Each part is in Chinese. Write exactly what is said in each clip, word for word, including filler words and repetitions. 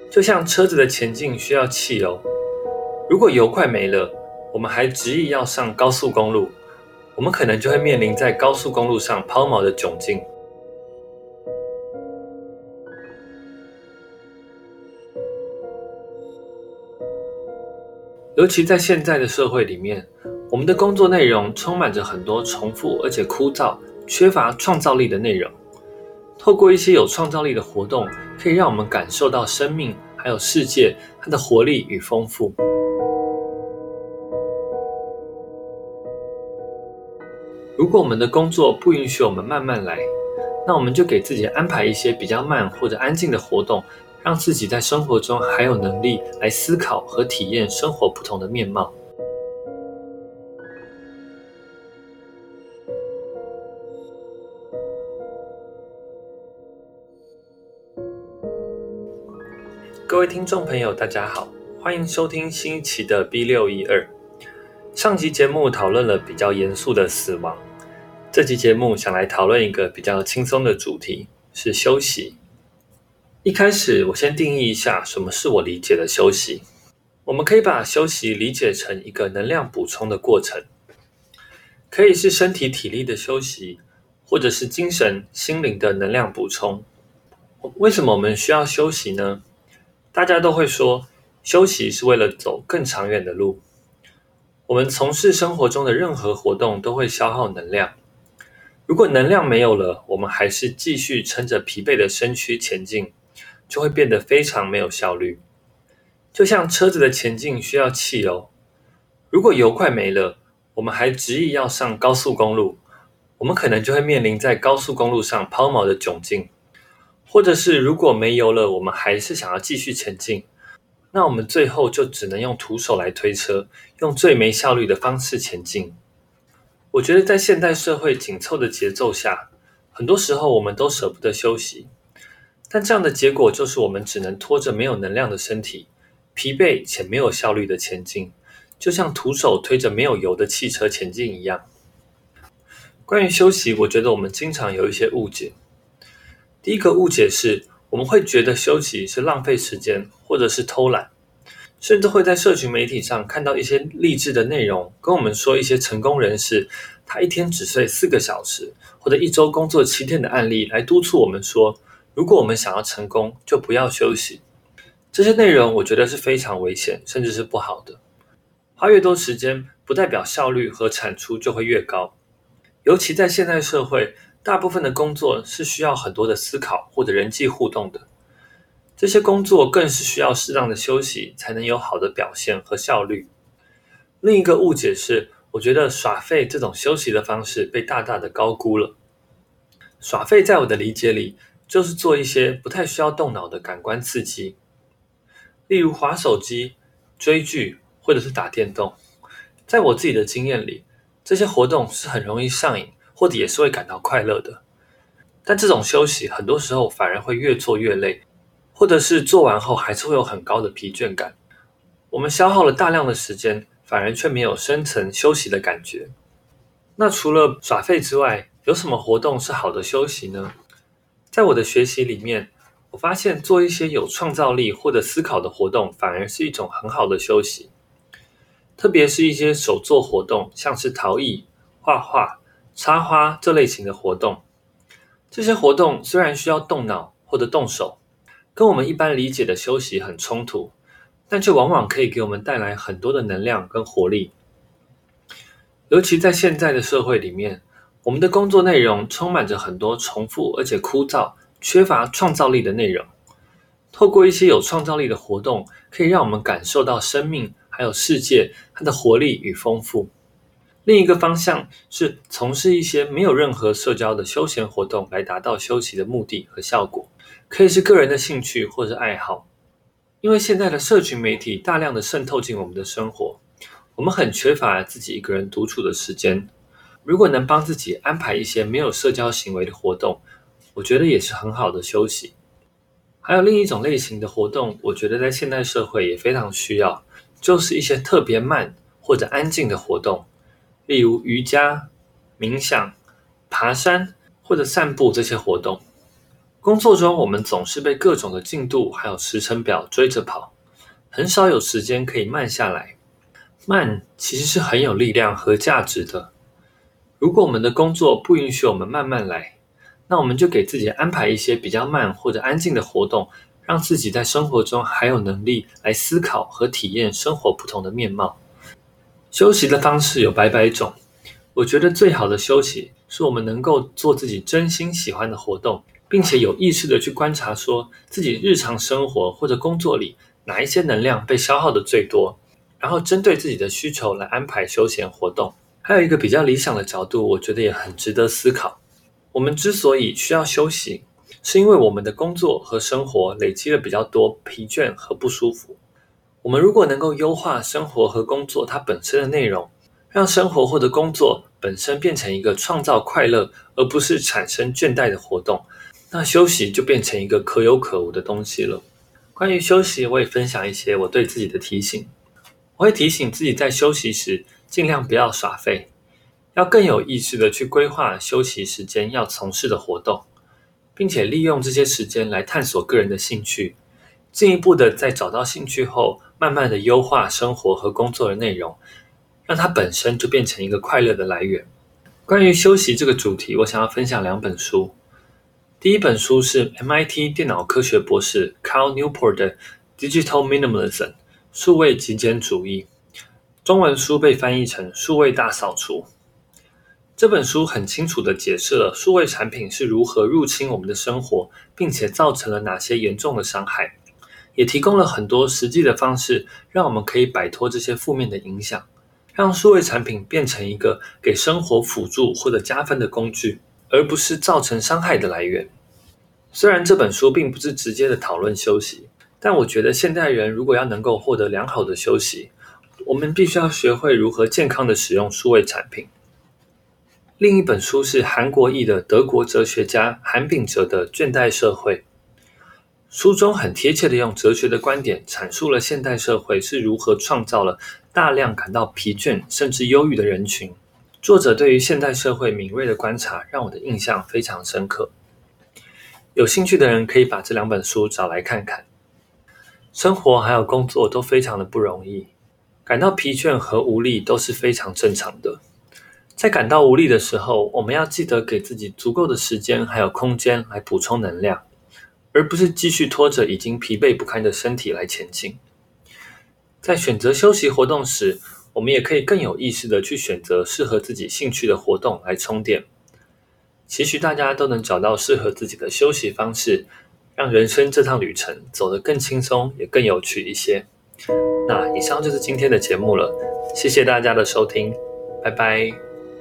就像车子的前进需要汽油，如果油快没了，我们还执意要上高速公路，我们可能就会面临在高速公路上抛锚的窘境。尤其在现在的社会里面，我们的工作内容充满着很多重复而且枯燥、缺乏创造力的内容。透过一些有创造力的活动，可以让我们感受到生命还有世界它的活力与丰富。如果我们的工作不允许我们慢慢来，那我们就给自己安排一些比较慢或者安静的活动，让自己在生活中还有能力来思考和体验生活不同的面貌。各位听众朋友大家好，欢迎收听新一期的 B 六一二。上集节目讨论了比较严肃的死亡，这期节目想来讨论一个比较轻松的主题，是休息。一开始我先定义一下什么是我理解的休息。我们可以把休息理解成一个能量补充的过程，可以是身体体力的休息，或者是精神心灵的能量补充。为什么我们需要休息呢？大家都会说，休息是为了走更长远的路。我们从事生活中的任何活动都会消耗能量。如果能量没有了，我们还是继续撑着疲惫的身躯前进，就会变得非常没有效率。就像车子的前进需要汽油，如果油快没了，我们还执意要上高速公路，我们可能就会面临在高速公路上抛锚的窘境。或者是如果没油了，我们还是想要继续前进，那我们最后就只能用徒手来推车，用最没效率的方式前进。我觉得在现代社会紧凑的节奏下，很多时候我们都舍不得休息，但这样的结果就是我们只能拖着没有能量的身体，疲惫且没有效率的前进，就像徒手推着没有油的汽车前进一样。关于休息，我觉得我们经常有一些误解。第一个误解是，我们会觉得休息是浪费时间，或者是偷懒，甚至会在社群媒体上看到一些励志的内容，跟我们说一些成功人士，他一天只睡四个小时，或者一周工作七天的案例，来督促我们说，如果我们想要成功，就不要休息。这些内容我觉得是非常危险，甚至是不好的。花越多时间，不代表效率和产出就会越高。尤其在现代社会，大部分的工作是需要很多的思考或者人际互动的，这些工作更是需要适当的休息才能有好的表现和效率。另一个误解是，我觉得耍废这种休息的方式被大大的高估了。耍废在我的理解里，就是做一些不太需要动脑的感官刺激，例如滑手机、追剧或者是打电动。在我自己的经验里，这些活动是很容易上瘾，或者也是会感到快乐的。但这种休息很多时候反而会越做越累，或者是做完后还是会有很高的疲倦感。我们消耗了大量的时间，反而却没有深层休息的感觉。那除了耍废之外，有什么活动是好的休息呢？在我的学习里面，我发现做一些有创造力或者思考的活动，反而是一种很好的休息。特别是一些手作活动，像是陶艺、画画、插花这类型的活动。这些活动虽然需要动脑或者动手，跟我们一般理解的休息很冲突，但却往往可以给我们带来很多的能量跟活力。尤其在现在的社会里面，我们的工作内容充满着很多重复而且枯燥、缺乏创造力的内容。透过一些有创造力的活动，可以让我们感受到生命还有世界它的活力与丰富。另一个方向是从事一些没有任何社交的休闲活动，来达到休息的目的和效果，可以是个人的兴趣或是爱好。因为现在的社群媒体大量的渗透进我们的生活，我们很缺乏自己一个人独处的时间。如果能帮自己安排一些没有社交行为的活动，我觉得也是很好的休息。还有另一种类型的活动，我觉得在现代社会也非常需要，就是一些特别慢或者安静的活动，例如瑜伽、冥想、爬山或者散步这些活动。 工作中我们总是被各种的进度还有时程表追着跑，很少有时间可以慢下来。慢其实是很有力量和价值的。如果我们的工作不允许我们慢慢来，那我们就给自己安排一些比较慢或者安静的活动，让自己在生活中还有能力来思考和体验生活不同的面貌。休息的方式有百百种，我觉得最好的休息是我们能够做自己真心喜欢的活动，并且有意识的去观察说自己日常生活或者工作里哪一些能量被消耗的最多，然后针对自己的需求来安排休闲活动。还有一个比较理想的角度，我觉得也很值得思考。我们之所以需要休息，是因为我们的工作和生活累积了比较多疲倦和不舒服。我们如果能够优化生活和工作它本身的内容，让生活或者工作本身变成一个创造快乐而不是产生倦怠的活动，那休息就变成一个可有可无的东西了。关于休息，我也分享一些我对自己的提醒。我会提醒自己在休息时尽量不要耍废，要更有意识的去规划休息时间要从事的活动，并且利用这些时间来探索个人的兴趣，进一步的在找到兴趣后，慢慢的优化生活和工作的内容，让它本身就变成一个快乐的来源。关于休息这个主题，我想要分享两本书。第一本书是 M I T 电脑科学博士 Cal Newport 的 Digital Minimalism 数位极简主义，中文书被翻译成数位大扫除。这本书很清楚地解释了数位产品是如何入侵我们的生活，并且造成了哪些严重的伤害，也提供了很多实际的方式，让我们可以摆脱这些负面的影响，让数位产品变成一个给生活辅助或者加分的工具，而不是造成伤害的来源。虽然这本书并不是直接的讨论休息，但我觉得现代人如果要能够获得良好的休息，我们必须要学会如何健康的使用数位产品。另一本书是韩国裔的德国哲学家韩炳哲的《倦怠社会》，书中很贴切的用哲学的观点阐述了现代社会是如何创造了大量感到疲倦甚至忧郁的人群。作者对于现代社会敏锐的观察让我的印象非常深刻。有兴趣的人可以把这两本书找来看看。生活还有工作都非常的不容易，感到疲倦和无力都是非常正常的。在感到无力的时候，我们要记得给自己足够的时间还有空间来补充能量，而不是继续拖着已经疲惫不堪的身体来前进。在选择休息活动时，我们也可以更有意识的去选择适合自己兴趣的活动来充电。期许大家都能找到适合自己的休息方式，让人生这趟旅程走得更轻松也更有趣一些。那以上就是今天的节目了，谢谢大家的收听，拜拜。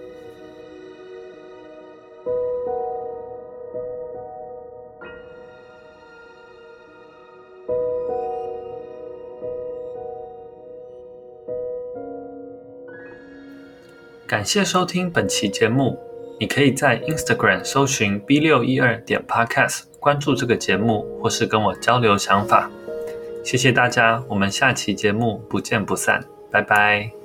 感谢收听本期节目，你可以在 Instagram 搜寻 B 六一二 点 Podcast 关注这个节目，或是跟我交流想法。谢谢大家，我们下期节目不见不散，拜拜。